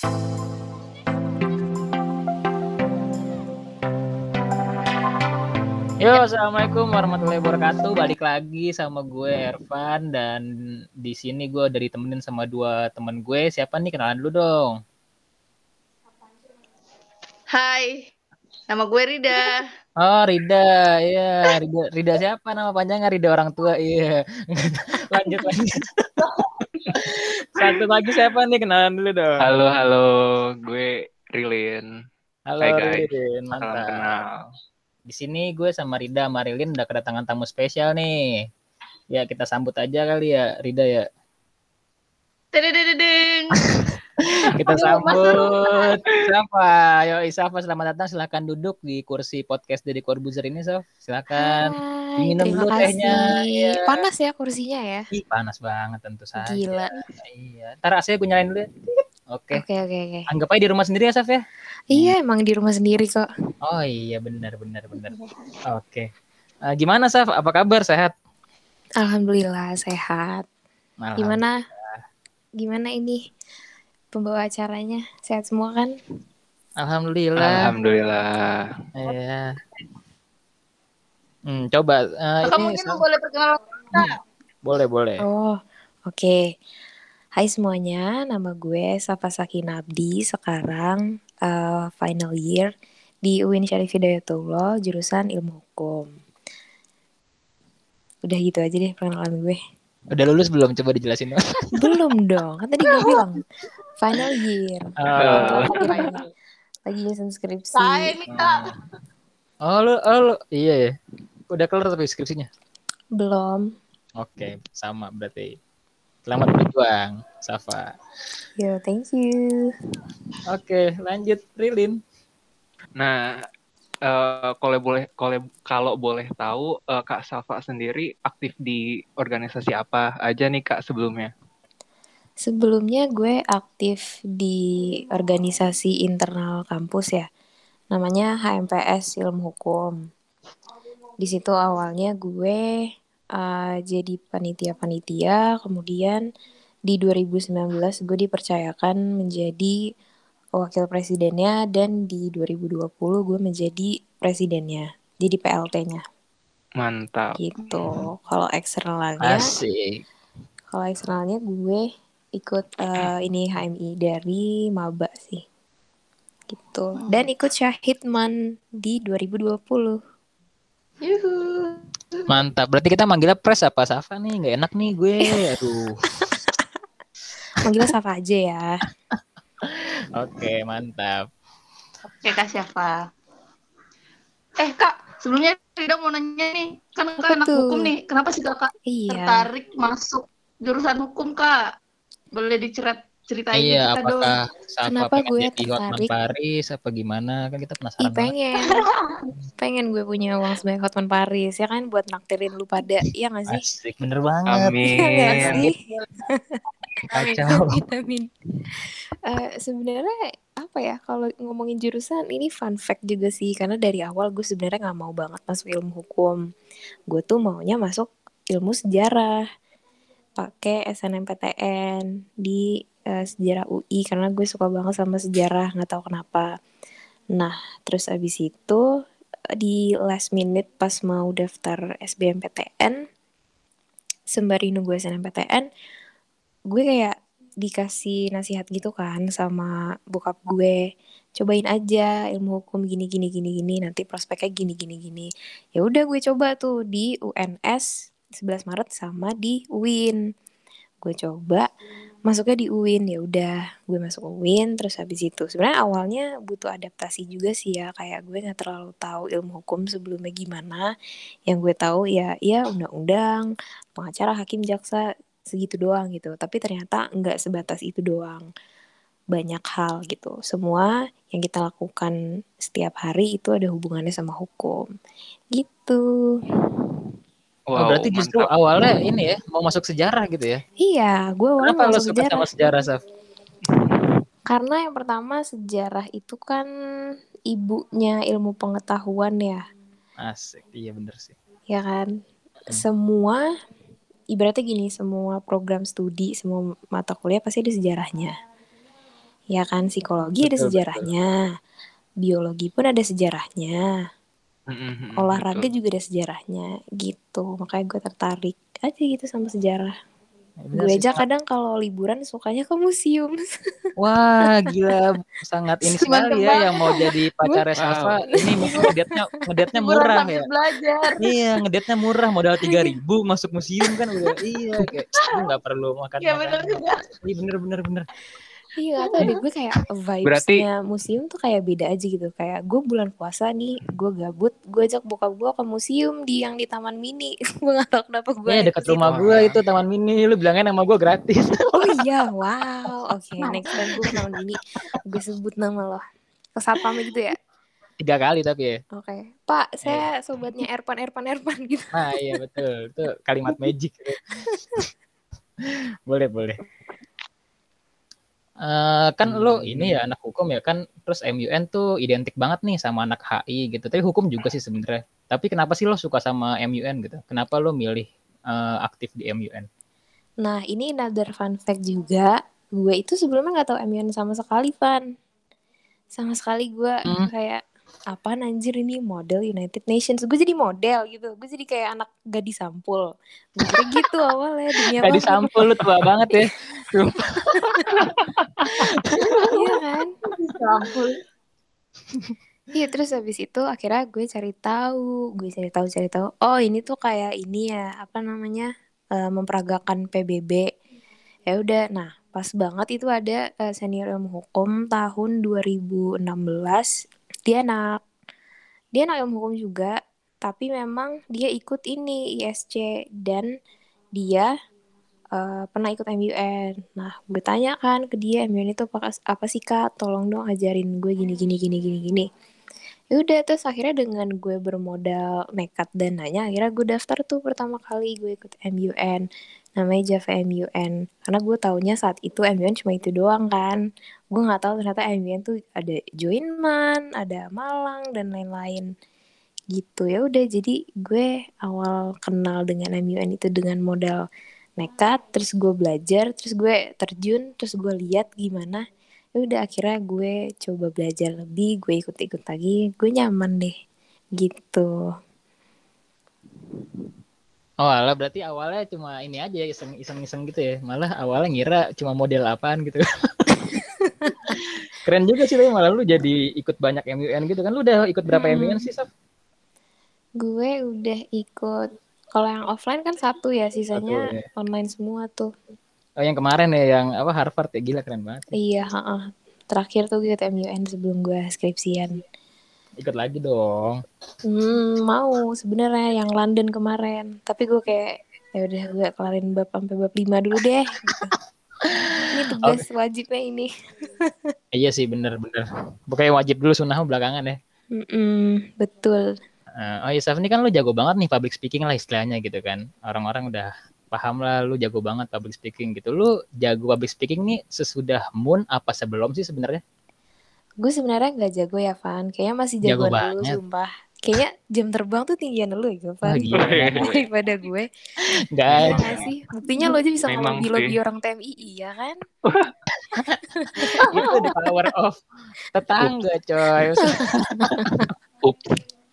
Yo, assalamualaikum warahmatullahi wabarakatuh. Balik lagi sama gue Ervan dan di sini gue udah ditemenin sama dua temen gue. Siapa nih? Kenalan dulu dong. Hai, nama gue Rida. Oh, Rida. Iya, Rida siapa nama panjangnya? Rida orang tua. Iya. Lanjut. Satu lagi siapa nih? Kenalan dulu dong. Halo, gue Rilin. Halo, Hai guys, Rilin. salam Mantap. kenal. Di sini gue sama Rida sama Rilin udah kedatangan tamu spesial nih. Ya, kita sambut aja kali ya, Rida ya. Dedeng. Kita sambut siapa? Yo, Isafa, selamat datang. Silakan duduk di kursi podcast Deddy Corbuzier ini, Sof. Silakan. Hai, Diminum terima dulu kasih. tehnya. Iya. Panas ya kursinya ya? Ih, panas banget tentu saja. Gila. Iya. Ntar AC gue nyalain dulu ya. Oke. Oke. Anggap aja di rumah sendiri ya, Sof ya. Iya, emang di rumah sendiri kok. Oh iya, benar. Oke. Gimana, Sof? Apa kabar? Sehat? Alhamdulillah sehat. Gimana ini pembawa acaranya? Sehat semua kan? Alhamdulillah. Iya. Coba Kakak ini mungkin boleh perkenalkan. Boleh. Oh, oke. Hai semuanya, nama gue Safa Sakina Abdi. Sekarang final year di UIN Syarif Hidayatullah, jurusan Ilmu Hukum. Udah gitu aja deh perkenalan gue. Udah lulus belum? Coba dijelasin. Belum dong, kan tadi gue bilang final year. Lagi nyusun skripsi. Saya nih Kak. Oh lu, iya ya. Udah kelar tapi skripsinya? Belum. Oke, sama berarti. Selamat berjuang, Safa. Yo, thank you. Oke, lanjut Rilin. Nah, kalau boleh tahu, Kak Safa sendiri aktif di organisasi apa aja nih Kak sebelumnya? Sebelumnya gue aktif di organisasi internal kampus ya. Namanya HMPS Ilmu Hukum. Di situ awalnya gue jadi panitia, kemudian di 2019 gue dipercayakan menjadi wakil presidennya dan di 2020 gue menjadi presidennya. Jadi PLT-nya. Mantap. Gitu. Kalau eksternalnya, Asik. Kalau eksternalnya gue ikut ini HMI dari maba sih. Gitu. Dan ikut Syahidman di 2020. Yuhu. Mantap. Berarti kita manggilnya Pres apa Safa nih? Nggak enak nih gue. Aduh. Manggilnya Safa aja ya. Oke, mantap. Oke Kak siapa? Kak, sebelumnya Rida mau nanya nih. Kan Kak anak hukum nih. Kenapa sih Kakak tertarik masuk jurusan hukum Kak? Boleh diceritain iya, kita dong. apakah Safa Kenapa pengen gue jadi Hotman tertarik? Paris apa gimana? Kan kita penasaran banget. Pengen gue punya uang sebanyak Hotman Paris ya kan, buat naktirin lu pada. Iya gak sih? Asik, bener banget. Amin. Iya gak sih? Kacau. Amin. Sebenarnya apa ya, kalau ngomongin jurusan ini fun fact juga sih, karena dari awal gue sebenarnya nggak mau banget masuk ilmu hukum. Gue tuh maunya masuk ilmu sejarah, pakai SNMPTN di sejarah UI, karena gue suka banget sama sejarah, nggak tahu kenapa. Nah terus abis itu di last minute pas mau daftar SBMPTN sembari nunggu SNMPTN, gue kayak dikasih nasihat gitu kan sama bokap gue, cobain aja ilmu hukum gini nanti prospeknya gini. Ya udah gue coba tuh di UNS 11 Maret sama di UIN. Gue coba masuknya di UIN, ya udah gue masuk UIN. Terus habis itu sebenarnya awalnya butuh adaptasi juga sih ya, kayak gue nggak terlalu tahu ilmu hukum sebelumnya gimana. Yang gue tahu ya undang-undang, pengacara, hakim, jaksa, segitu doang gitu. Tapi ternyata nggak sebatas itu doang, banyak hal gitu. Semua yang kita lakukan setiap hari itu ada hubungannya sama hukum gitu. Wow, berarti justru mantap. awalnya ini ya, mau masuk sejarah gitu ya? Iya, gue awalnya Kenapa mau lo masuk suka sama sejarah, Saf? Karena yang pertama sejarah itu kan ibunya ilmu pengetahuan ya. Asik, iya bener sih. Ya kan? Semua, ibaratnya gini, semua program studi, semua mata kuliah pasti ada sejarahnya. Ya kan, psikologi ada sejarahnya, biologi pun ada sejarahnya, olahraga betul. juga ada sejarahnya gitu. Makanya gue tertarik aja gitu sama sejarah. Bener Gue sih, aja sangat. kadang kalau liburan sukanya ke museum. Wah, gila, sangat ini Mantep sekali ya yang mau jadi pacar Safa. Wow. Ini mungkin ngedate-nya liburan murah sambil ya. belajar. Iya, ngedate-nya murah, modal 3.000 masuk museum kan udah. Iya, kayak lu nggak perlu Ya makan-makan. benar juga. Iya, bener. Iya, gak tau deh, gue kayak Berarti vibes-nya museum tuh kayak beda aja gitu. Kayak gue bulan puasa nih, gue gabut, gue ajak bokap gue ke museum yang di Taman Mini. Gue gak tau kenapa gue Iya, ada dekat di situ. rumah gue wah, itu Taman Mini. Lu bilangin nama gue gratis. Oh iya, wow. Oke, next time gue ke Taman Mini, gue sebut nama lo. Ke satpamnya gitu ya? 3 kali tapi ya. Oke. Pak, Iya. saya sobatnya Erpan gitu. Nah, iya betul. Itu kalimat magic. Boleh. Kan lu ini ya anak hukum ya kan, terus MUN tuh identik banget nih sama anak HI gitu. Tapi hukum juga sih sebenarnya. Tapi kenapa sih lo suka sama MUN gitu? Kenapa lo milih aktif di MUN? Nah, ini another fun fact juga. Gue itu sebelumnya gak tahu MUN sama sekali, Van. Sama sekali gue kayak apaan anjir ini model United Nations. Gue jadi model gitu. Gue jadi kayak anak gadis sampul. Gue kira gitu awalnya dunia Gak apa. disampul, lu tua banget ya. Iya kan? Sampul. Iya, terus habis itu akhirnya gue cari tahu. Oh, ini tuh kayak ini ya, apa namanya? Memperagakan PBB. Ya udah, nah pas banget itu ada senior ilmu hukum tahun 2016. Dia anak ilmu hukum juga, tapi memang dia ikut ini ISC dan dia pernah ikut MUN. Nah, gue tanya kan ke dia, MUN itu apa sih Kak? Tolong dong ajarin gue gini. Ya udah, terus akhirnya dengan gue bermodal nekat dan nanya, akhirnya gue daftar tuh pertama kali gue ikut MUN. Namanya Java MUN. Karena gue taunya saat itu MUN cuma itu doang kan. Gue nggak tahu ternyata MUN tuh ada Joinman, ada Malang dan lain-lain gitu. Ya udah, jadi gue awal kenal dengan MUN itu dengan modal nekat, terus gue belajar, terus gue terjun, terus gue lihat gimana. Ya udah, akhirnya gue coba belajar lebih, gue ikut-ikut lagi, gue nyaman deh gitu. Oh alah, berarti awalnya cuma ini aja iseng-iseng gitu ya. Malah awalnya ngira cuma model apaan gitu. Keren juga sih, tapi malah lu jadi ikut banyak MUN gitu kan. Lu udah ikut berapa MUN sih, Saf? Gue udah ikut, kalau yang offline kan satu ya, sisanya ya. online semua tuh. Oh yang kemarin ya, yang apa Harvard ya, gila keren banget. Ya. Iya, terakhir tuh gue ikut MUN sebelum gue skripsian. Ikut lagi dong. Mau sebenarnya yang London kemarin, tapi gue kayak ya udah gue kelarin bab sampai bab 5 dulu deh gitu. Ini tugas wajibnya ini. Iya sih, bener. Pokoknya wajib dulu, sunnah belakangan ya. Betul. Oh iya, Saf, ini kan lu jago banget nih public speaking lah istilahnya gitu kan. Orang-orang udah paham lah lu jago banget public speaking gitu. Lu jago public speaking nih sesudah Moon apa sebelum sih sebenarnya? Gue sebenarnya nggak jago ya, Van. Kayaknya masih Jago jagoan lu, banget. sumpah. Kayaknya jam terbang tuh tinggian lu ya, Van. Wah, gila. Daripada gue. Nggak Iya ada. gak sih? Buktinya lo aja bisa Memang ngelobi-lobi sih. orang TMII, ya kan? Itu the power of tetangga, coy. Ups.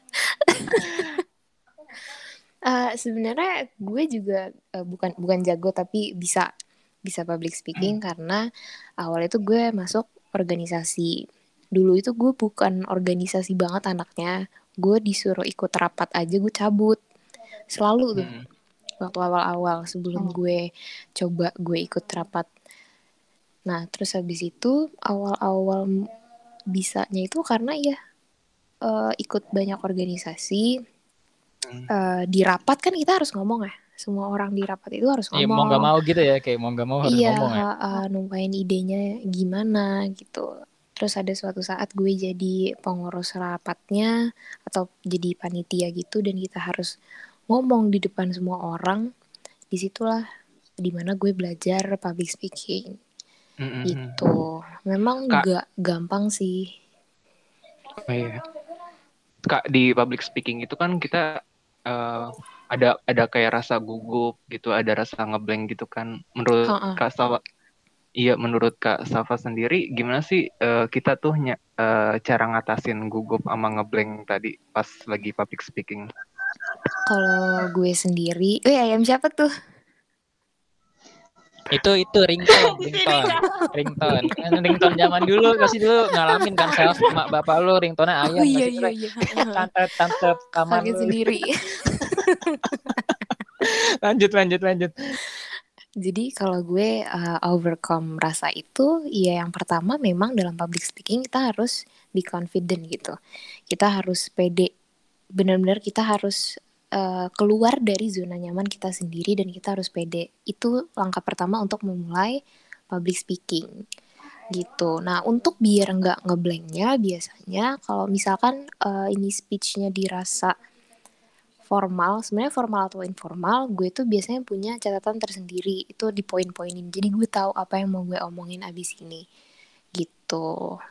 Sebenarnya gue juga bukan jago tapi bisa public speaking karena awalnya tuh gue masuk organisasi. Dulu itu gue bukan organisasi banget anaknya. Gue disuruh ikut rapat aja gue cabut. Selalu tuh. Waktu awal-awal sebelum gue coba gue ikut rapat. Nah, terus habis itu awal-awal bisanya itu karena ya ikut banyak organisasi. Di rapat kan kita harus ngomong ya. Semua orang di rapat itu harus ngomong. Iya, mau nggak mau gitu ya, kayak mau nggak mau harus ngomong ya. Numpain idenya gimana gitu. Terus ada suatu saat gue jadi pengurus rapatnya atau jadi panitia gitu dan kita harus ngomong di depan semua orang. Disitulah dimana gue belajar public speaking. Gitu. Memang nggak gampang sih. Oh iya. Kak, di public speaking itu kan kita ada kayak rasa gugup gitu, ada rasa ngeblank gitu kan. Menurut Kak Salwa, Iya, menurut Kak Safa sendiri, gimana sih kita tuh cara ngatasin gugup sama ngeblank tadi pas lagi public speaking? Kalau gue sendiri, ayam siapa tuh? Itu ringtone zaman dulu, pasti dulu ngalamin kan self mak bapak lu ringtone ayam iya. tante kamar Kaget lu. sendiri. lanjut. Jadi kalau gue overcome rasa itu, ya yang pertama memang dalam public speaking kita harus be confident gitu. Kita harus pede. Benar-benar kita harus keluar dari zona nyaman kita sendiri dan kita harus pede. Itu langkah pertama untuk memulai public speaking gitu. Nah, untuk biar nggak ngeblanknya, biasanya kalau misalkan ini speech-nya dirasa formal, sebenarnya formal atau informal, gue tuh biasanya punya catatan tersendiri, itu di poin-poinin. Jadi gue tahu apa yang mau gue omongin abis ini, gitu.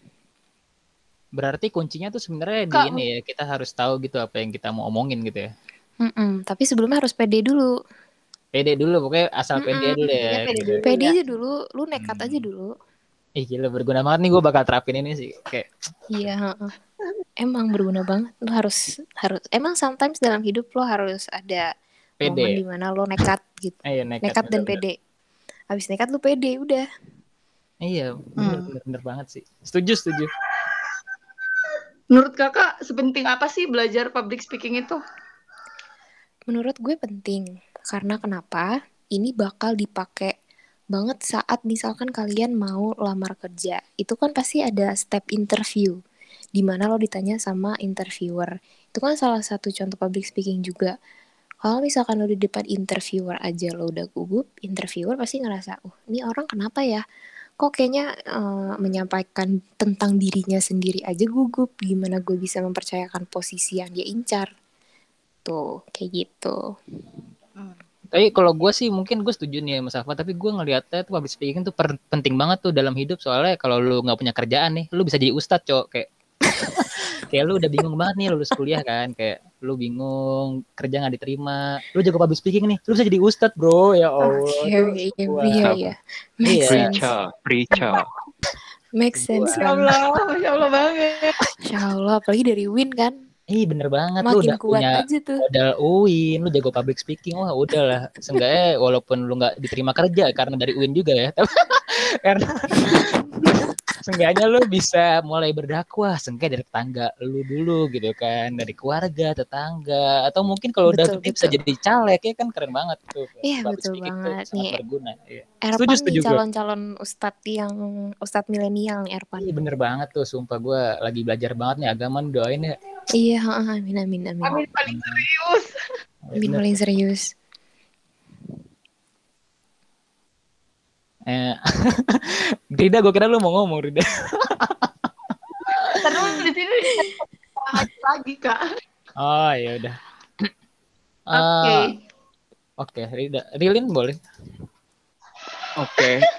Berarti kuncinya tuh sebenarnya di ini ya, kita harus tahu gitu apa yang kita mau omongin gitu ya. Tapi sebelumnya harus pede dulu. Pede dulu, pokoknya asal pede dulu ya. Pede aja dulu, lu nekat aja dulu. Gila, berguna banget nih, gue bakal terapin ini sih. Kayak iya, emang berguna banget. Lu harus emang sometimes dalam hidup lo harus ada pede. momen dimana lo nekat gitu. Nekat dan pede. Abis nekat lu pede, udah. Iya, bener banget sih. Setuju. Menurut kakak, sepenting apa sih belajar public speaking itu? Menurut gue penting. Karena kenapa? Ini bakal dipakai banget saat misalkan kalian mau lamar kerja. Itu kan pasti ada step interview. Dimana lo ditanya sama interviewer. Itu kan salah satu contoh public speaking juga. Kalau misalkan lo di depan interviewer aja lo udah gugup, interviewer pasti ngerasa, ini orang kenapa ya? Kok kayaknya menyampaikan tentang dirinya sendiri aja gugup. Gimana gue bisa mempercayakan posisi yang dia incar? Tuh, kayak gitu. Tapi kalau gue sih mungkin gue setuju nih Mas Safa, tapi gue ngelihatnya tuh public speaking tuh penting banget tuh dalam hidup, soalnya kalau lu nggak punya kerjaan nih, lu bisa jadi ustadz, Cok. Kayak lu udah bingung banget nih lulus kuliah kan, kayak lu bingung kerja nggak diterima, lu jago public speaking nih, lu bisa jadi ustadz, bro. Ya Allah. Iya. Make sense. Preacher. Make sense. Masya Allah banget. Masya Allah, apalagi dari Win kan. Bener banget. Makin lu udah kuat punya aja tuh. modal UIN, lu jago public speaking, wah udahlah. Seenggaknya walaupun lu nggak diterima kerja karena dari UIN juga ya, karena seenggaknya lu bisa mulai berdakwah, seenggaknya dari tetangga lu dulu gitu kan, dari keluarga, tetangga, atau mungkin kalau udah gede bisa jadi caleg, ya kan, keren banget tuh. Iya, betul banget nih. Berguna. Iya. Erpan nih calon-calon ustadz milenial nih Erpan. Iya bener banget tuh, sumpah gue lagi belajar banget nih agama, doain ya. Iya, amin. Amin paling serius. Amin paling serius. Rida, gue kira lu mau ngomong, Rida. Terus di sini lagi, Kak. Oh, ya udah. Oke, Rida. Rilin boleh? Oke.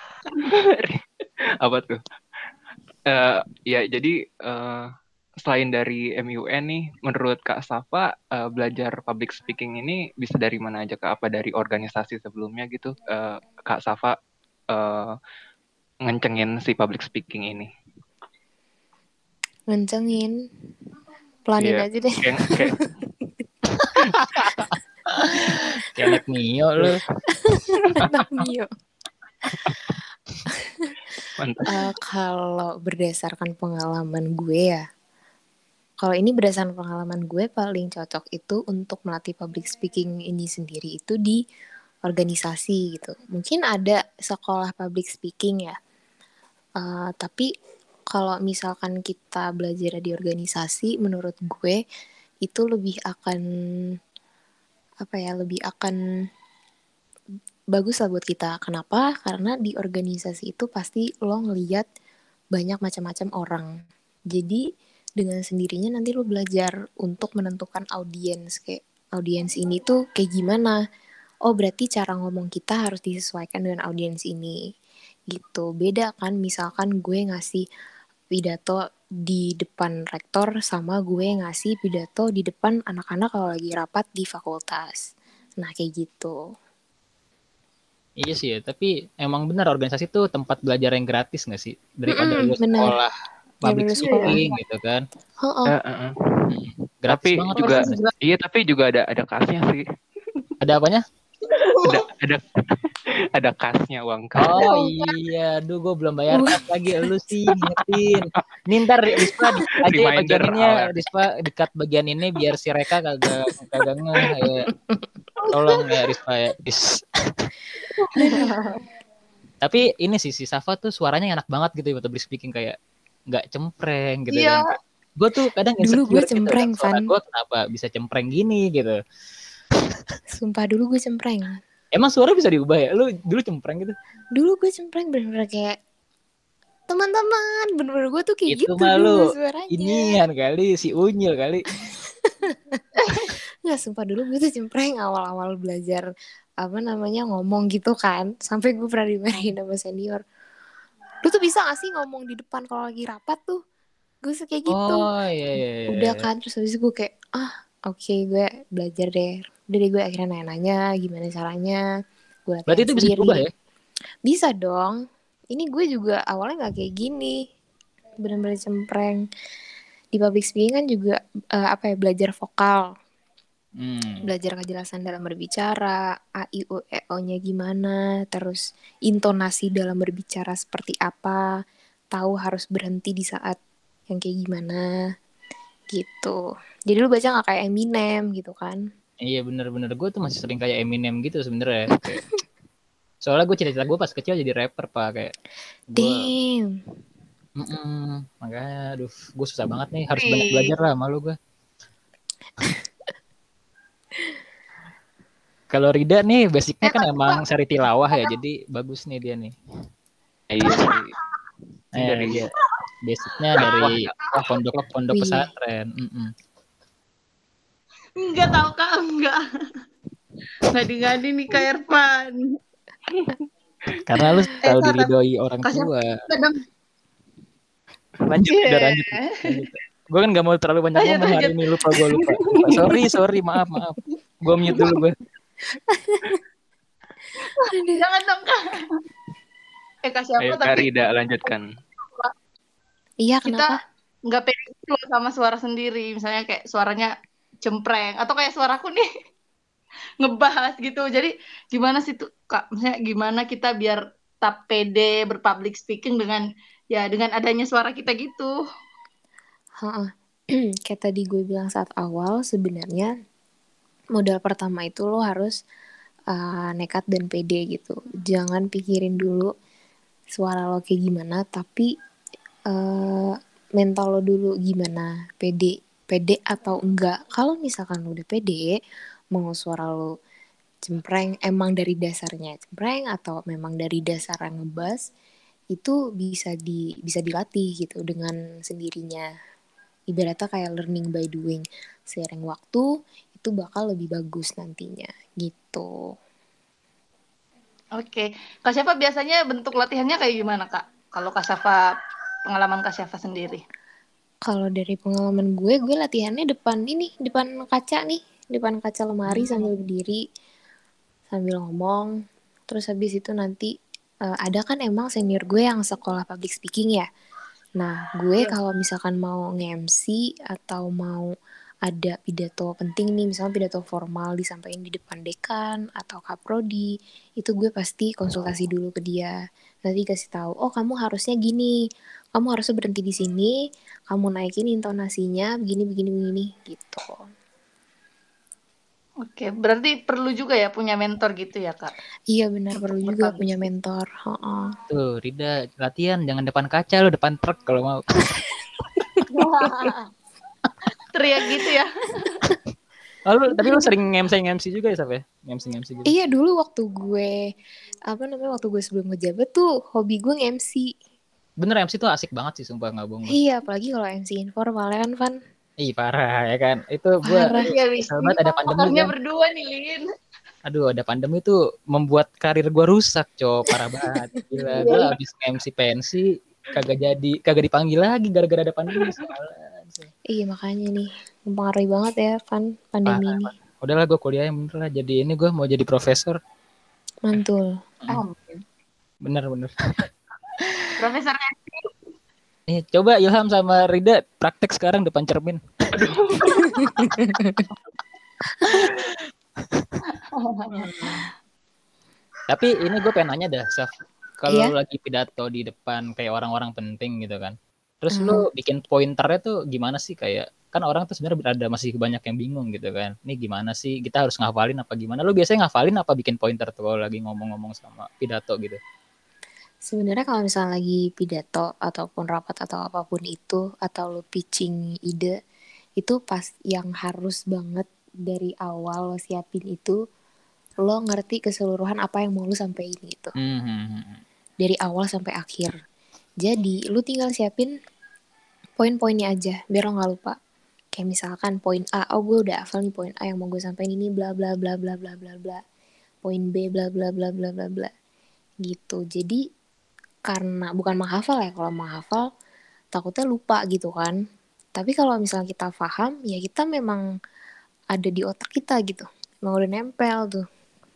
Apa tuh? Ya, jadi selain dari MUN nih, menurut Kak Safa, belajar public speaking ini bisa dari mana aja, Kak? Apa dari organisasi sebelumnya gitu? Kak Safa ngencengin si public speaking ini? Ngencengin? Pelanin aja deh. Kayak anak Mio lu. Anak Mio. Kalau berdasarkan pengalaman gue ya, kalau ini berdasarkan pengalaman gue, paling cocok itu untuk melatih public speaking ini sendiri itu di organisasi gitu. Mungkin ada sekolah public speaking ya, tapi kalau misalkan kita belajar di organisasi, menurut gue itu lebih akan bagus lah buat kita. Kenapa? Karena di organisasi itu pasti lo ngeliat banyak macam-macam orang. Jadi dengan sendirinya nanti lo belajar untuk menentukan audiens, kayak audiens ini tuh kayak gimana. Oh berarti cara ngomong kita harus disesuaikan dengan audiens ini gitu. Beda kan misalkan gue ngasih pidato di depan rektor sama gue ngasih pidato di depan anak-anak kalau lagi rapat di fakultas. Nah kayak gitu. Iya sih ya, tapi emang benar organisasi tuh tempat belajar yang gratis nggak sih? Daripada lu sekolah public speaking gitu kan. Gratis tapi banget juga kan. iya, tapi juga ada kasnya sih. Ada apanya? ada kasnya, uang kas. Oh iya, aduh gue belum bayar kas lagi, lu sih ngingetin. Ini ntar Rispa aja bagian ini, Rispa dekat bagian ini biar si Reka kagak ngeh ya. Tolong ya Rispa ya. Tapi ini sih si Safa tuh suaranya enak banget gitu ya public speaking, kayak nggak cempreng gitu kan. Gue tuh kadang dulu gue cempreng gitu, suara gue kenapa bisa cempreng gini gitu. Sumpah dulu gue cempreng. Emang suara bisa diubah ya? Lu dulu cempreng gitu? Dulu gue cempreng bener-bener kayak teman-teman, bener-bener gue tuh kayak itu gitu dulu suaranya. Inian kali, si Unyil kali. Nggak, sumpah dulu gue tuh cempreng awal-awal belajar ngomong gitu kan. Sampai gue pernah dimarahin sama senior. Lu tuh bisa gak sih ngomong di depan kalau lagi rapat tuh? Gue kayak gitu. Oh iya. Udah kan, terus habis itu gue kayak oke, gue belajar deh. Udah deh, gue akhirnya nanya-nanya gimana caranya. Gue latihan berarti itu sendiri. Bisa berubah ya? Bisa dong. Ini gue juga awalnya gak kayak gini. Bener-bener cempreng. Di public speaking kan juga belajar vokal. Belajar kejelasan dalam berbicara, A, I, U, E, O-nya gimana, terus intonasi dalam berbicara seperti apa, tahu harus berhenti di saat yang kayak gimana, gitu. Jadi lu baca gak kayak Eminem gitu kan? Iya bener-bener, gue tuh masih sering kayak Eminem gitu sebenarnya. Soalnya gue cita-cita gue pas kecil jadi rapper pak, kayak damn. Makanya aduh, gue susah banget nih, harus banyak belajar lah malu gue. Kalau Rida nih basicnya kan emang sari tilawah ya, jadi bagus nih dia nih. Iya dari dia basicnya dari pondok pesantren. Enggak tahu Kak, enggak. Ngadi-ngadi nih Kak Irfan. Karena lu selalu diridoi orang tua. Lanjut. Gue kan gak mau terlalu banyak ngomong hari ini, lupa. Sorry, maaf. Gue mute dulu gue. Jangan dong Kak. Kak siapa Ayo, tapi Rida lanjutkan. Iya, kita nggak pede sama suara sendiri, misalnya kayak suaranya cempreng atau kayak suaraku nih ngebahas gitu. Jadi gimana sih tuh Kak, misalnya gimana kita biar tetap pede berpublic speaking dengan adanya suara kita gitu. Kayak tadi gue bilang saat awal, sebenarnya modal pertama itu lo harus nekat dan pede gitu. Jangan pikirin dulu suara lo kayak gimana, tapi mental lo dulu gimana, pede atau enggak. Kalau misalkan lo udah pede, mau suara lo cempreng emang dari dasarnya cempreng atau memang dari dasar ngebas, itu bisa dilatih gitu dengan sendirinya. Ibaratnya kayak learning by doing. Seiring waktu itu bakal lebih bagus nantinya gitu. Oke. Kak Syafa biasanya bentuk latihannya kayak gimana Kak? Kalau Kak Syafa, pengalaman Kak Syafa sendiri. Kalau dari pengalaman gue latihannya depan kaca nih, depan kaca lemari sambil berdiri, sambil ngomong. Terus habis itu nanti ada kan emang senior gue yang sekolah public speaking ya. Nah, gue kalau misalkan mau nge-MC atau mau ada pidato penting nih, misalnya pidato formal disampaikan di depan dekan atau kaprodi, itu gue pasti konsultasi dulu ke dia. Nanti kasih tahu, oh kamu harusnya gini, kamu harusnya berhenti di sini, kamu naikin intonasinya begini gitu. Oke, berarti perlu juga ya punya mentor gitu ya Kak? Iya benar, perlu juga punya mentor. Tuh Rida, latihan jangan depan kaca, lo depan truk kalau mau. Teriak gitu ya. Tapi lu sering nge-MC juga ya, Saf ya? Nge-MC gitu. Iya, dulu waktu gue sebelum ngejabat tuh hobi gue nge-MC. Bener, MC tuh asik banget sih, sumpah nggak bohong. Iya, apalagi kalau MC informal kan, Van. Ih, parah ya kan. Itu gue sahabat ada pandemi kan. Berdua nih, Lin. Aduh, ada pandemi tuh membuat karir gue rusak, parah banget. Gila, gue abis nge-MC pensi kagak dipanggil lagi gara-gara ada pandemi. Iya, makanya nih mempengaruhi banget ya Van pandemi ini. Udahlah gue kuliah yang bener lah, jadi ini gue mau jadi profesor. Mantul. Bener. Profesor Coba Ilham sama Rida praktek sekarang depan cermin. Tapi ini gue pengen nanya dah, Saf. Kalau lagi pidato di depan kayak orang-orang penting gitu kan. Terus lu bikin pointernya tuh gimana sih, kayak kan orang tuh sebenarnya masih banyak yang bingung gitu kan. Ini gimana sih, kita harus ngafalin apa gimana? Lu biasanya ngafalin apa bikin pointer tuh kalau lagi ngomong-ngomong sama pidato gitu? Sebenarnya kalau misalnya lagi pidato ataupun rapat atau apapun itu, atau lo pitching ide, itu pas yang harus banget dari awal lo siapin itu, lo ngerti keseluruhan apa yang mau lo sampein gitu. Dari awal sampai akhir. Jadi lo tinggal siapin poin-poinnya aja, biar lo gak lupa. Kayak misalkan poin A, gue udah hafal nih poin A yang mau gue sampein ini bla bla bla bla bla bla bla. Poin B bla bla bla bla bla bla. Gitu. Jadi karena bukan menghafal ya, kalau menghafal takutnya lupa gitu kan. Tapi kalau misalnya kita paham, ya kita memang ada di otak kita gitu, memang udah nempel tuh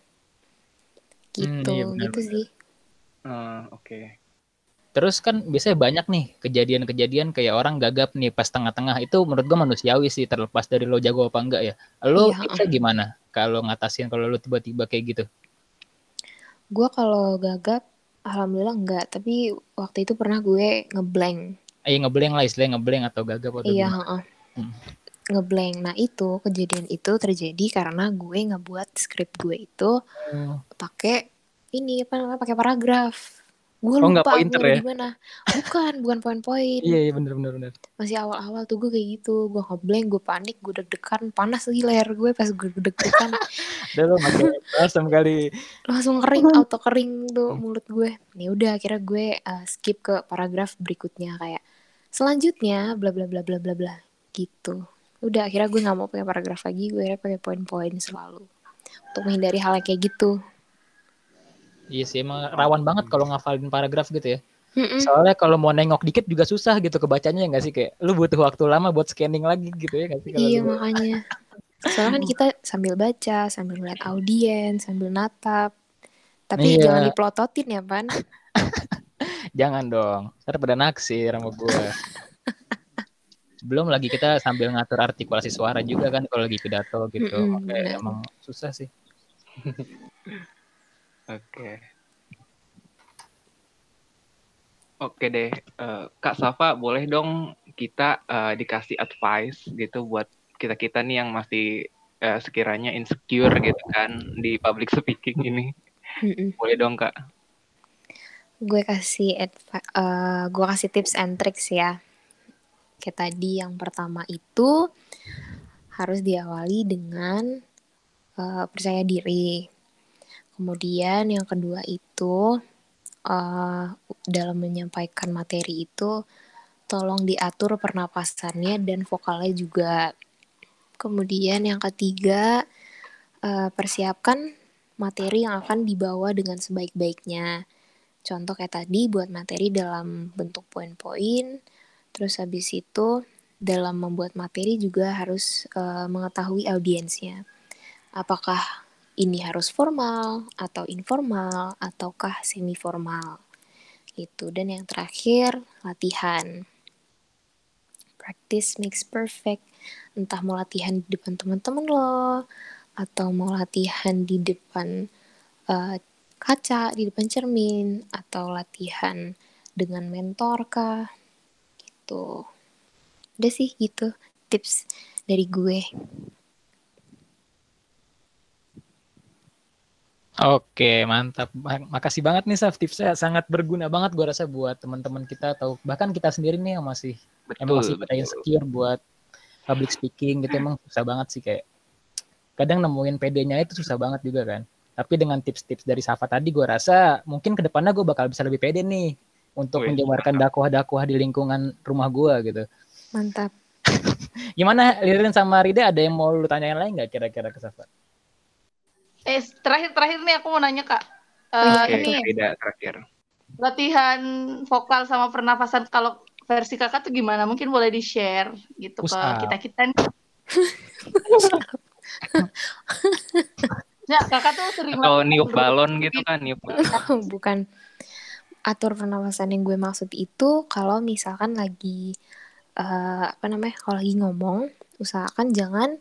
gitu. Iya, benar, gitu sih. Oke. Terus kan biasanya banyak nih kejadian-kejadian kayak orang gagap nih pas tengah-tengah. Itu menurut gue manusiawi sih, terlepas dari lo jago apa enggak ya. Lo tipsnya gimana kalau ngatasin kalau lo tiba-tiba kayak gitu? Gue kalau gagap alhamdulillah enggak, tapi waktu itu pernah gue ngeblank. Ngeblank lah istilahnya, ngeblank atau gagap atau gimana. Ngeblank. Nah itu kejadian itu terjadi karena gue ngebuat skrip gue itu pakai ini apa namanya, pakai paragraf. Gue lupa gue ya? Gimana. Bukan poin-poin. Iya bener. Masih awal-awal tuh gue kayak gitu. Gue ngeblank, gue panik, gue deg-degan, panas lagi leher gue pas gue deg-degan. Udah lo makin asam kali. Langsung kering, auto kering tuh mulut gue. Ya udah akhirnya gue skip ke paragraf berikutnya kayak selanjutnya bla bla bla bla bla bla gitu. Udah akhirnya gue nggak mau pakai paragraf lagi, gue akhirnya pakai poin-poin selalu untuk menghindari hal yang kayak gitu. Iya sih, emang rawan banget kalau ngafalin paragraf gitu ya. Soalnya kalau mau nengok dikit juga susah gitu kebacanya, ya nggak sih, kayak lu butuh waktu lama buat scanning lagi gitu ya nggak sih? Iya makanya. Soalnya kan kita sambil baca, sambil lihat audiens, sambil natap. Tapi jangan diplototin ya, Pan. Jangan dong, ntar pada naksir sama gue. Belum lagi kita sambil ngatur artikulasi suara juga kan kalau lagi pidato gitu. Makanya emang susah sih. Oke deh, Kak Safa, boleh dong kita dikasih advice gitu buat kita nih yang masih sekiranya insecure gitu kan di public speaking ini. Boleh dong Kak? Gue kasih tips and tricks ya. Kayak tadi yang pertama itu harus diawali dengan percaya diri. Kemudian yang kedua itu dalam menyampaikan materi itu tolong diatur pernapasannya dan vokalnya juga. Kemudian yang ketiga persiapkan materi yang akan dibawa dengan sebaik-baiknya. Contoh kayak tadi buat materi dalam bentuk poin-poin. Terus habis itu dalam membuat materi juga harus mengetahui audiensnya. Apakah ini harus formal atau informal ataukah semi formal gitu. Dan yang terakhir latihan. Practice makes perfect. Entah mau latihan di depan teman-teman lo atau mau latihan di depan kaca, di depan cermin, atau latihan dengan mentor kah gitu. Udah sih gitu tips dari gue. Oke, mantap. Makasih banget nih Saf, tipsnya sangat berguna banget gue rasa buat teman-teman kita atau bahkan kita sendiri nih yang masih insecure buat public speaking gitu. Emang susah banget sih, kayak kadang nemuin PD-nya itu susah banget juga kan. Tapi dengan tips-tips dari Safa tadi gue rasa mungkin kedepannya gue bakal bisa lebih pede nih untuk menjabarkan dakwah-dakwah di lingkungan rumah gue gitu. Mantap. Gimana Lirin sama Rida, ada yang mau lu tanyain lain nggak kira-kira ke Safa? Terakhir nih aku mau nanya Kak. Ini Rida terakhir. Latihan vokal sama pernapasan kalau versi Kakak tuh gimana? Mungkin boleh di-share gitu ke kita-kita nih. Ya, kakak tuh sering Atau niup balon gitu kan, niup balon. Bukan. Atur pernapasan yang gue maksud itu kalau misalkan lagi kalau lagi ngomong, usahakan jangan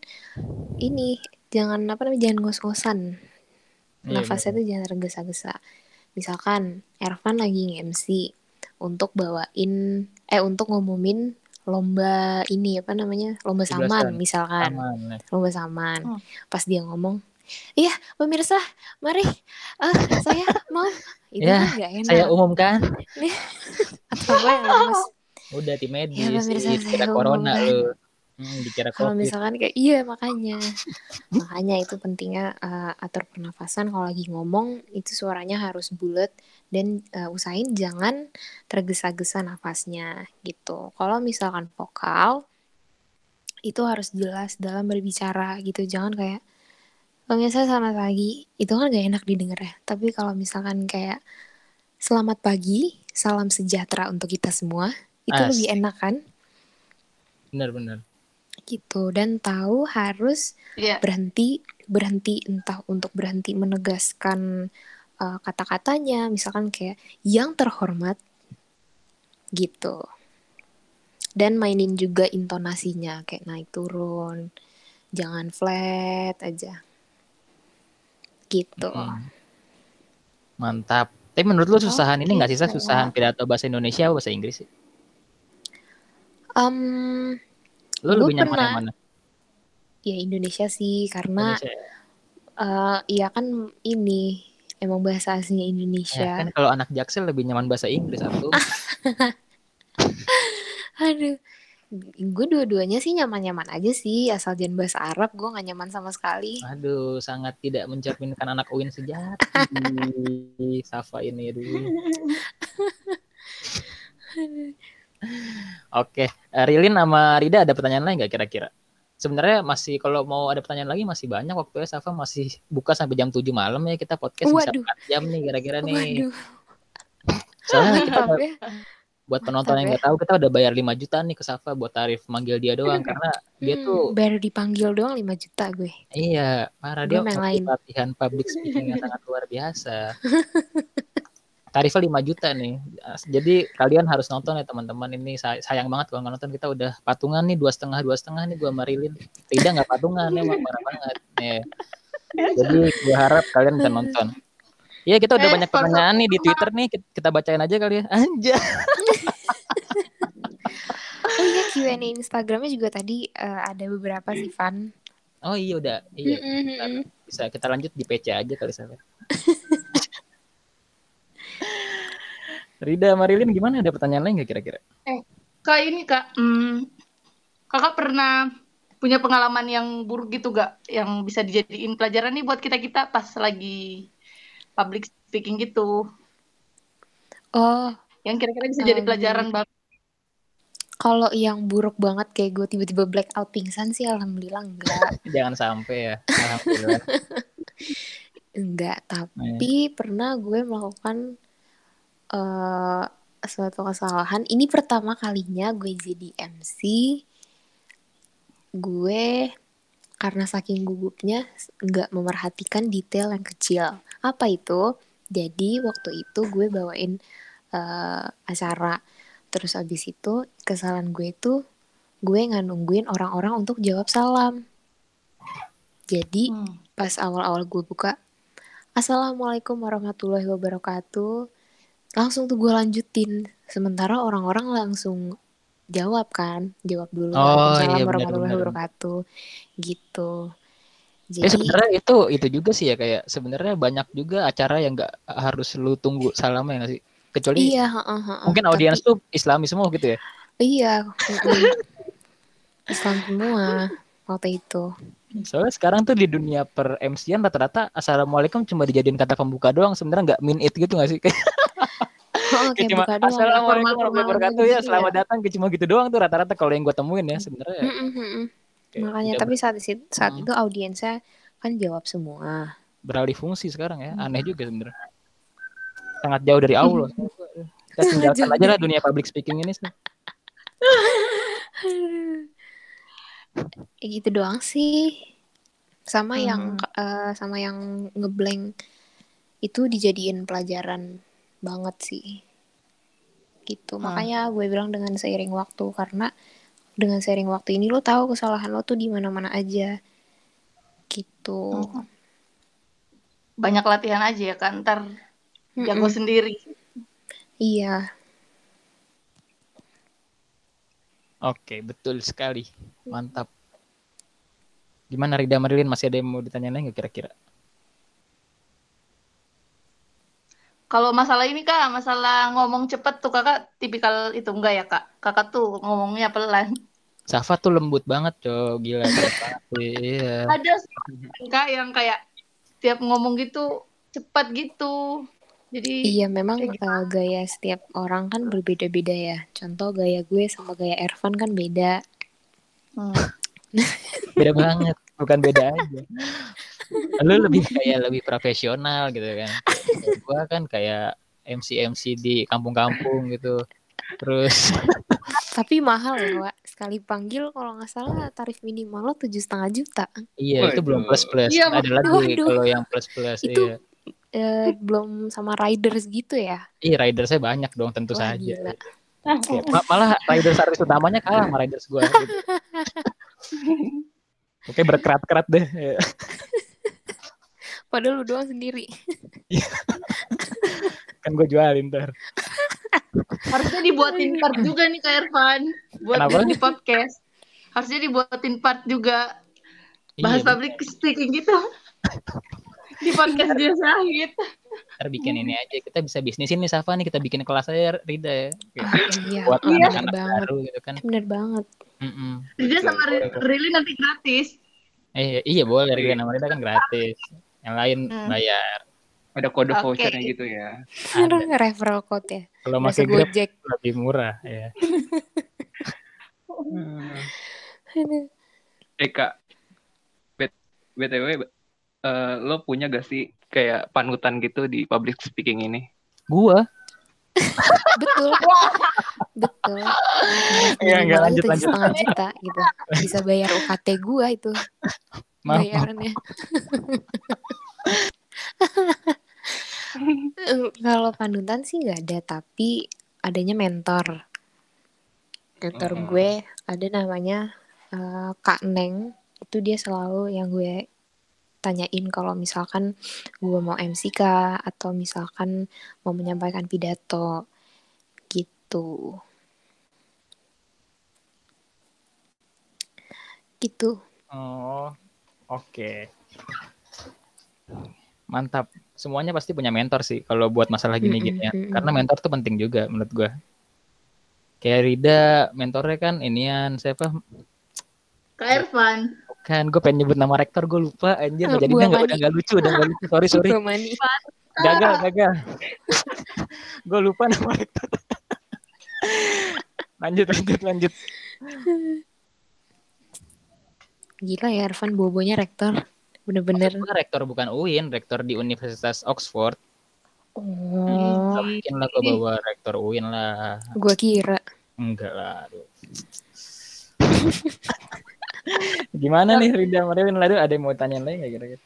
jangan ngos-ngosan. Nafasnya tuh jangan tergesa-gesa. Misalkan Ervan lagi nge-MC untuk untuk ngumumin lomba lomba saman misalkan. Lomba saman. Pas dia ngomong, iya pemirsa, mari saya mau. Itu ya, kan gak enak. Saya umumkan. Atau gue harus udah tim medis, ya pemirsa dikira saya corona umumkan. lu. Dikira kalau COVID. Misalkan kayak makanya itu pentingnya atur pernafasan kalau lagi ngomong itu suaranya harus bulat dan usahain jangan tergesa-gesa nafasnya gitu. Kalau misalkan vokal itu harus jelas dalam berbicara gitu, jangan kayak pemirsa selamat pagi, itu kan gak enak didengar ya. Tapi kalau misalkan kayak selamat pagi, salam sejahtera untuk kita semua, itu lebih enak kan? Benar-benar. Gitu, dan tahu harus berhenti entah untuk berhenti menegaskan kata-katanya, misalkan kayak yang terhormat gitu. Dan mainin juga intonasinya kayak naik turun, jangan flat aja. Gitu. Mantap. Tapi menurut lu susahan ini nggak sih, susahan pidato bahasa Indonesia atau bahasa Inggris sih? Lu lebih nyaman yang mana? Ya Indonesia sih, karena iya kan ini emang bahasa aslinya Indonesia. Ya, kan kalau anak Jaksel lebih nyaman bahasa Inggris atau? Aduh, gue dua-duanya sih nyaman-nyaman aja sih, asal jangan bahasa Arab, gue gak nyaman sama sekali. Aduh, sangat tidak mencerminkan anak UIN sejati. Safa ini dulu. Oke, Rilin sama Rida ada pertanyaan lain nggak kira-kira? Sebenarnya masih, kalau mau ada pertanyaan lagi masih banyak waktunya. Safa masih buka sampai jam 7 malam ya, kita podcast bisa 4 jam nih kira-kira nih. Soalnya kita buat penonton yang nggak tahu, kita udah bayar 5 juta nih ke Safa buat tarif manggil dia doang, karena dia tuh baru dipanggil doang 5 juta gue. Iya, parah, dia latihan public speaking yang sangat luar biasa. Tarifnya 5 juta nih. Jadi kalian harus nonton ya teman-teman. Ini sayang banget kalau nggak nonton. Kita udah patungan nih 2,5 nih gue sama Rilin. Tidak nggak patungan ya, marah banget. Ya. Jadi gue harap kalian bisa nonton. Iya, kita udah banyak pertanyaan nih di Twitter nih. Kita bacain aja kali ya. Anjay. Oh iya, Q&A Instagramnya juga tadi ada beberapa sih, Van. Oh iya udah. Iya. Bisa kita lanjut di PC aja kali saya. Rida, Marilyn gimana? Ada pertanyaan lain nggak kira-kira? Kak ini Kak, kakak pernah punya pengalaman yang buruk gitu gak? Yang bisa dijadiin pelajaran nih buat kita pas lagi public speaking gitu. Oh. Yang kira-kira bisa jadi pelajaran banget. Kalau yang buruk banget kayak gue tiba-tiba blackout pingsan sih alhamdulillah enggak. Jangan sampai ya. Alhamdulillah. Enggak, tapi pernah gue melakukan suatu kesalahan. Ini pertama kalinya gue jadi MC. Gue karena saking gugupnya nggak memerhatikan detail yang kecil. Apa itu? Jadi waktu itu gue bawain acara. Terus abis itu kesalahan gue itu gue nggak nungguin orang-orang untuk jawab salam. Jadi pas awal-awal gue buka, Assalamualaikum warahmatullahi wabarakatuh, langsung tuh gue lanjutin. Sementara orang-orang langsung jawab dulu. Waalaikumsalam warahmatullahi wabarakatuh. Gitu. Jadi sebenarnya itu juga sih ya, kayak sebenarnya banyak juga acara yang nggak harus lu tunggu salamnya nggak sih? Kecuali mungkin audiens tuh Islami semua gitu ya? Iya. Islam semua waktu itu. Soalnya sekarang tuh di dunia per MC-an rata-rata Assalamualaikum cuma dijadiin kata pembuka doang, sebenarnya nggak mean it gitu nggak sih? Kayak cuma Assalamualaikum warahmatullahi wabarakatuh ya, selamat datang, cuma gitu doang tuh rata-rata kalau yang gue temuin ya sebenarnya. Makanya tapi saat itu audiensnya kan jawab semua. Beralih fungsi sekarang ya, aneh juga sebenarnya. Sangat jauh dari Allah. Kita tinggalkan aja lah dunia public speaking ini sih. Gitu doang sih. Sama yang ngeblank itu dijadiin pelajaran banget sih. Gitu. Makanya gue bilang dengan seiring waktu, karena dengan seiring waktu ini lo tahu kesalahan lo tuh di mana-mana aja. Gitu. Banyak latihan aja ya kan, ntar jago sendiri. Iya. Oke, betul sekali. Mantap. Gimana Rida Marilin, masih ada yang mau ditanya nggak kira-kira? Kalau masalah ini Kak, masalah ngomong cepet tuh Kakak tipikal itu enggak ya Kak? Kakak tuh ngomongnya pelan. Safa tuh lembut banget, Cok. Gila banget sih. Iya. Ada sih Kak yang kayak tiap ngomong gitu cepat gitu. Jadi iya memang gaya setiap orang kan berbeda-beda ya. Contoh gaya gue sama gaya Ervan kan beda. Beda banget, bukan beda aja. Lu lebih profesional gitu kan. Gue kan kayak MC di kampung-kampung gitu. Terus tapi mahal ya Wak, sekali panggil kalau nggak salah tarif minimal lo 7,5 juta. Iya, itu belum plus. Iya, ada lagi kalau yang plus itu iya. Belum sama riders gitu ya? Iya, ridersnya banyak dong tentu saja. Gila. Ya, malah riders service utamanya kalah sama riders gue. Gitu. Oke, berkerat-kerat deh. Padahal lu doang sendiri. Kan gue jualin ntar. Harusnya dibuatin part juga nih Kak Ervan. Buat di podcast. Harusnya dibuatin part juga. Bahas public speaking gitu. Di podcast dia Syahid. Ntar bikin ini aja, kita bisa bisnisin nih Safa nih, kita bikin kelas aja Rida ya. Iya, buat anak-anak baru gitu kan. Bener banget. Rida sama Rili nanti gratis. Iya boleh, Rida sama Rida kan gratis. Yang lain bayar. Ada kode vouchernya gitu ya. Ada referral code ya. Kalau masih Grab lebih murah ya. Kak, BTW lo punya gak sih kayak panutan gitu di public speaking ini? Gua. Betul. Enggak lanjut. 7,5 juta gitu. Bisa bayar UKT gua itu. Bayarannya. Kalau panutan sih nggak ada, tapi adanya mentor. Mentor gue ada namanya Kak Neng. Itu dia selalu yang gue tanyain kalau misalkan gue mau MC kah, atau misalkan mau menyampaikan pidato gitu. Oh, oke. Mantap. Semuanya pasti punya mentor sih kalau buat masalah gini-gini ya. Karena mentor tuh penting juga menurut gue. Kayak Rida, mentornya kan inian siapa? Kak Ervan. Kan gue pengen nyebut nama rektor, gue lupa anjir. Jadinya udah nggak lucu. Sorry. Gagal. Gue lupa nama rektor. Lanjut. Gila ya Ervan, bobonya rektor. Bener-bener. Rektor bukan UIN, rektor di Universitas Oxford. Mungkin lah gue bawa rektor UIN lah. Gue kira. Enggak lah. Gimana nih Rida Marilin? Lalu ada yang mau tanya lain nggak kira-kira?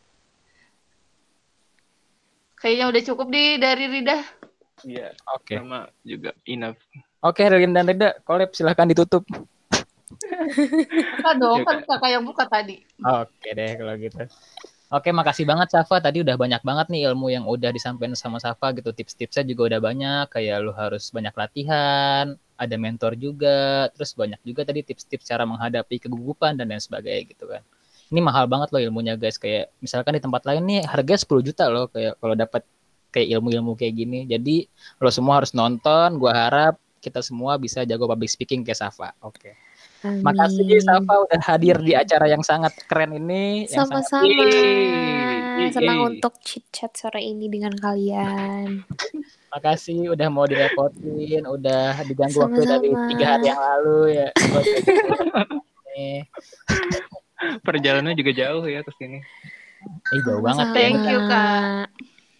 Kayaknya udah cukup dari Rida. Iya. Oke. Sama juga enough. Oke, Rilin dan Rida, collab silahkan ditutup. Kakak dong, kan kakak yang buka tadi. Oke deh kalau gitu. Oke, makasih banget Safa. Tadi udah banyak banget nih ilmu yang udah disampaikan sama Safa gitu. Tips-tipsnya juga udah banyak. Kayak lu harus banyak latihan, ada mentor juga. Terus banyak juga tadi tips-tips cara menghadapi kegugupan dan lain sebagainya gitu kan. Ini mahal banget loh ilmunya guys. Kayak misalkan di tempat lain nih harganya 10 juta loh. Kayak kalau dapat kayak ilmu-ilmu kayak gini. Jadi lo semua harus nonton. Gua harap kita semua bisa jago public speaking kayak Safa. Oke. Amin. Makasih Safa udah hadir di acara yang sangat keren ini. Sama-sama. Senang untuk chit-chat sore ini dengan kalian. Makasih udah mau direpotin, udah diganggu waktu dari 3 hari yang lalu ya. Perjalanannya juga jauh ya ke sini. Jauh banget. Thank you Kak.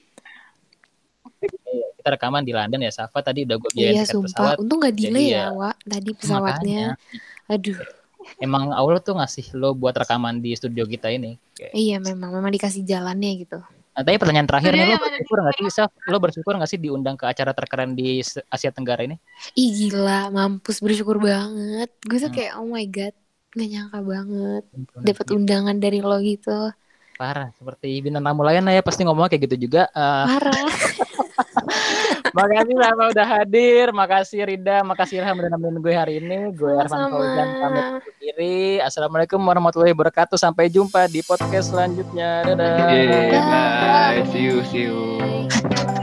Kita rekaman di London ya, Safa tadi udah gue biayain tiket pesawat. Untung gak delay ya, Wak. Tadi pesawatnya. Makanya. Aduh. Emang Allah tuh ngasih lo buat rekaman di studio kita ini. Iya, memang dikasih jalannya gitu. Nah, tapi pertanyaan terakhir nih, lo bersyukur nggak sih diundang ke acara terkeren di Asia Tenggara ini? Ih gila, mampus, bersyukur banget. Gue tuh kayak oh my god, gak nyangka banget dapat undangan dari lo gitu. Parah, seperti bintang tamu lain ya pasti ngomongnya kayak gitu juga. Parah. Makasih Salva udah hadir, makasih Rida, makasih Ilham udah nemenin gue hari ini. Gue Arfan Fauzan pamit undur diri. Assalamualaikum warahmatullahi wabarakatuh. Sampai jumpa di podcast selanjutnya. Dadah. Bye. See you.